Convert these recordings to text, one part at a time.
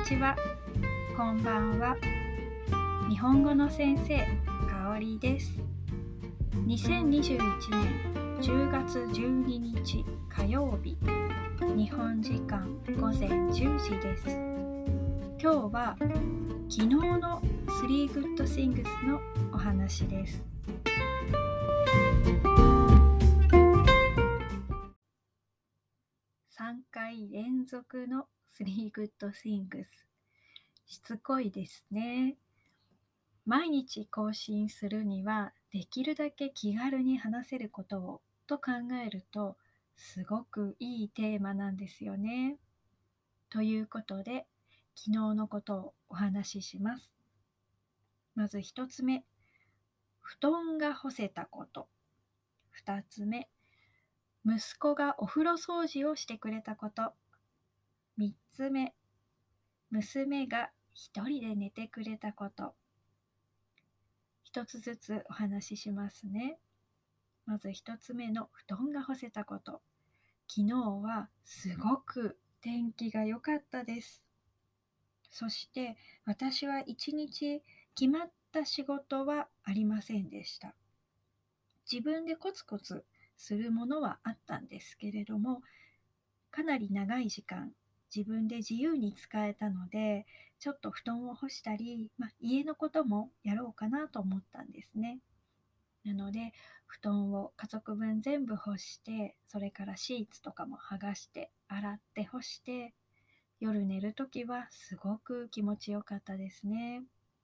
ちは、こんばんは。日本語の先生、かおりです。2021年10月12日火曜日、日本時間午前10時です。今日は昨日の3 Good Things のお話です。3回連続の3 Good Things。しつこいですね。毎日更新するにはできるだけ気軽に話せることをと考えるとすごくいいテーマなんですよね。ということで昨日のことをお話しします。まず1つ目、布団が干せたこと。2つ目、息子がお風呂掃除をしてくれたこと。3つ目、娘が一人で寝てくれたこと。一つずつお話ししますね。まず一つ目の布団が干せたこと。昨日はすごく天気が良かったです。そして私は一日決まった仕事はありませんでした。自分でコツコツするものはあったんですけれども、かなり長い時間自分で自由に使えたので、ちょっと布団を干したり、家のこともやろうかなと思ったんですね。なので布団を家族分全部干して、それからシーツとかも剥がして洗って干して、夜寝るときはすごく気持ちよかったですね。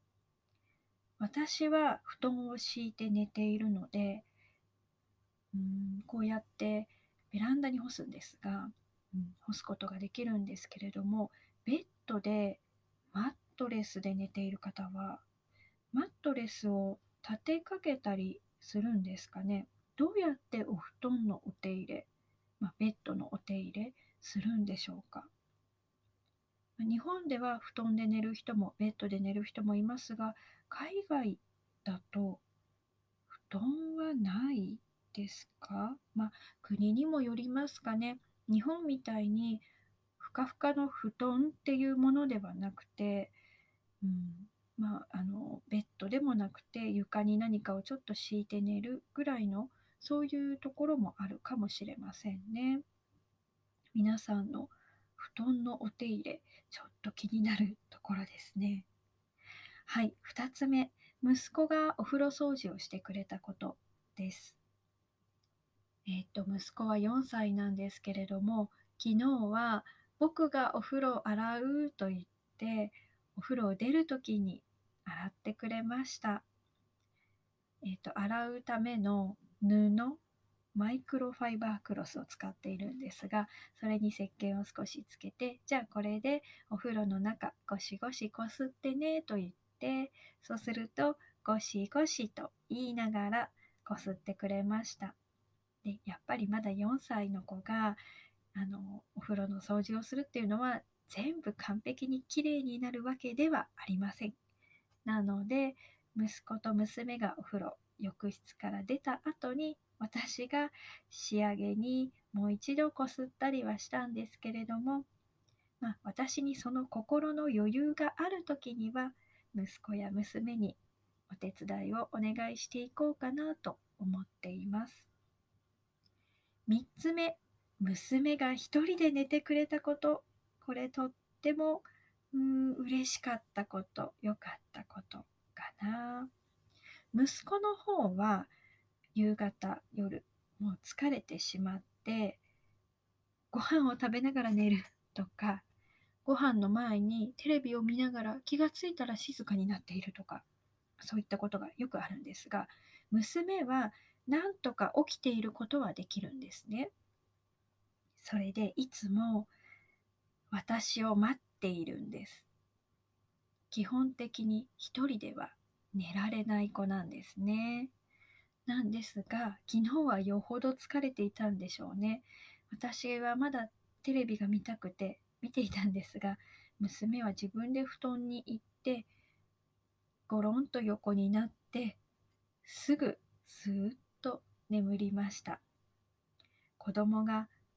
私は布団を敷いて寝ているので、こうやってベランダに干すんですが、干すことができるんですけれども、ベッドでマットレスで寝ている方はマットレスを立てかけたりするんですかね。どうやってお布団のお手入れ、ベッドのお手入れするんでしょうか。日本では布団で寝る人もベッドで寝る人もいますが、海外だと布団はないですか？国にもよりますかね。日本みたいにふかふかの布団っていうものではなくて、ベッドでもなくて床に何かをちょっと敷いて寝るぐらいの、そういうところもあるかもしれませんね。皆さんの布団のお手入れ、ちょっと気になるところですね。はい、2つ目、息子がお風呂掃除をしてくれたことです。息子は4歳なんですけれども、昨日は僕がお風呂を洗うと言って、お風呂を出るときに洗ってくれました。洗うための布、マイクロファイバークロスを使っているんですが、それに石鹸を少しつけて、じゃあこれでお風呂の中ゴシゴシこすってねと言って、そうするとゴシゴシと言いながらこすってくれました。で、やっぱりまだ4歳の子がお風呂の掃除をするっていうのは全部完璧にきれいになるわけではありません。なので息子と娘がお風呂浴室から出た後に、私が仕上げにもう一度こすったりはしたんですけれども、私にその心の余裕がある時には息子や娘にお手伝いをお願いしていこうかなと思っています。3つ目、娘が一人で寝てくれたこと。これとっても嬉しかったこと、良かったことかな。息子の方は夕方、夜、もう疲れてしまって、ご飯を食べながら寝るとか、ご飯の前にテレビを見ながら気がついたら静かになっているとか、そういったことがよくあるんですが、娘はなんとか起きていることはできるんですね。それでいつも私を待っているんです。基本的に一人では寝られない子なんですね。なんですが、昨日はよほど疲れていたんでしょうね。私はまだテレビが見たくて見ていたんですが、娘は自分で布団に行ってゴロンと横になってすぐスーッと眠りました。子供が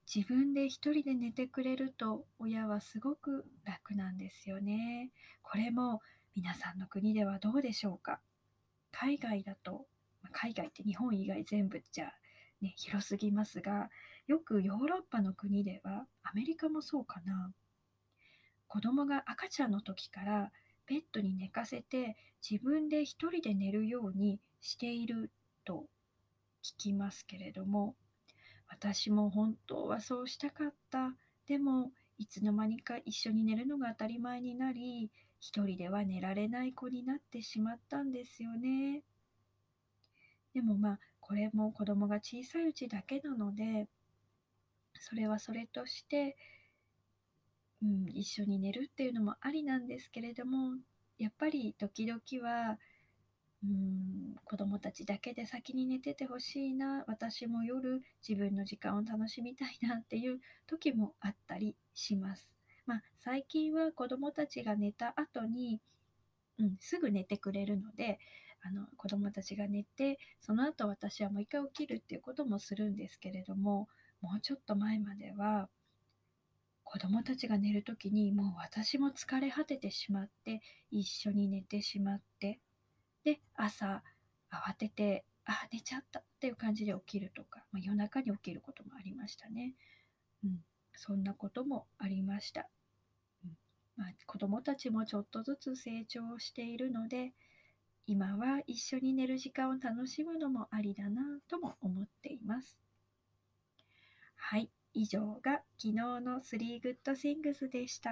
自分で一人で寝てくれると親はすごく楽なんですよね。これも皆さんの国ではどうでしょうか。海外だと、海外って日本以外全部じゃね、広すぎますが、よくヨーロッパの国では、アメリカもそうかな、子供が赤ちゃんの時からベッドに寝かせて自分で一人で寝るようにしていると聞きますけれども、私も本当はそうしたかった。でも、いつの間にか一緒に寝るのが当たり前になり、一人では寝られない子になってしまったんですよね。でもこれも子供が小さいうちだけなので、それはそれとして、一緒に寝るっていうのもありなんですけれども、やっぱり時々は、子供たちだけで先に寝ててほしいな、私も夜自分の時間を楽しみたいなっていう時もあったりします。最近は子供たちが寝た後に、すぐ寝てくれるので、子供たちが寝て、その後私はもう一回起きるっていうこともするんですけれども、もうちょっと前までは、子供たちが寝るときにもう私も疲れ果ててしまって、一緒に寝てしまって、で、朝慌てて、寝ちゃったっていう感じで起きるとか、夜中に起きることもありましたね。そんなこともありました。子供たちもちょっとずつ成長しているので、今は一緒に寝る時間を楽しむのもありだなとも思っています。はい、以上が昨日の3 Good Things でした。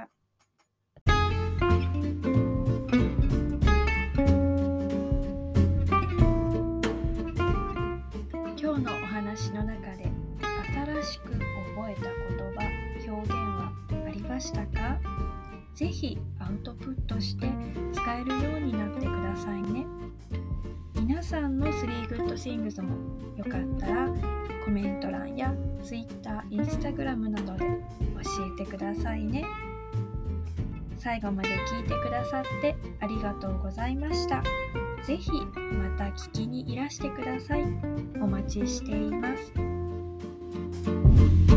今日のお話の中で新しく覚えた言葉、表現はありましたか？ぜひアウトプットして使えるようになってくださいね。皆さんの3 Good Things もよかったらコメント欄や Twitter、Instagram などで教えてくださいね。最後まで聞いてくださってありがとうございました。ぜひまた聞きにいらしてください。お待ちしています。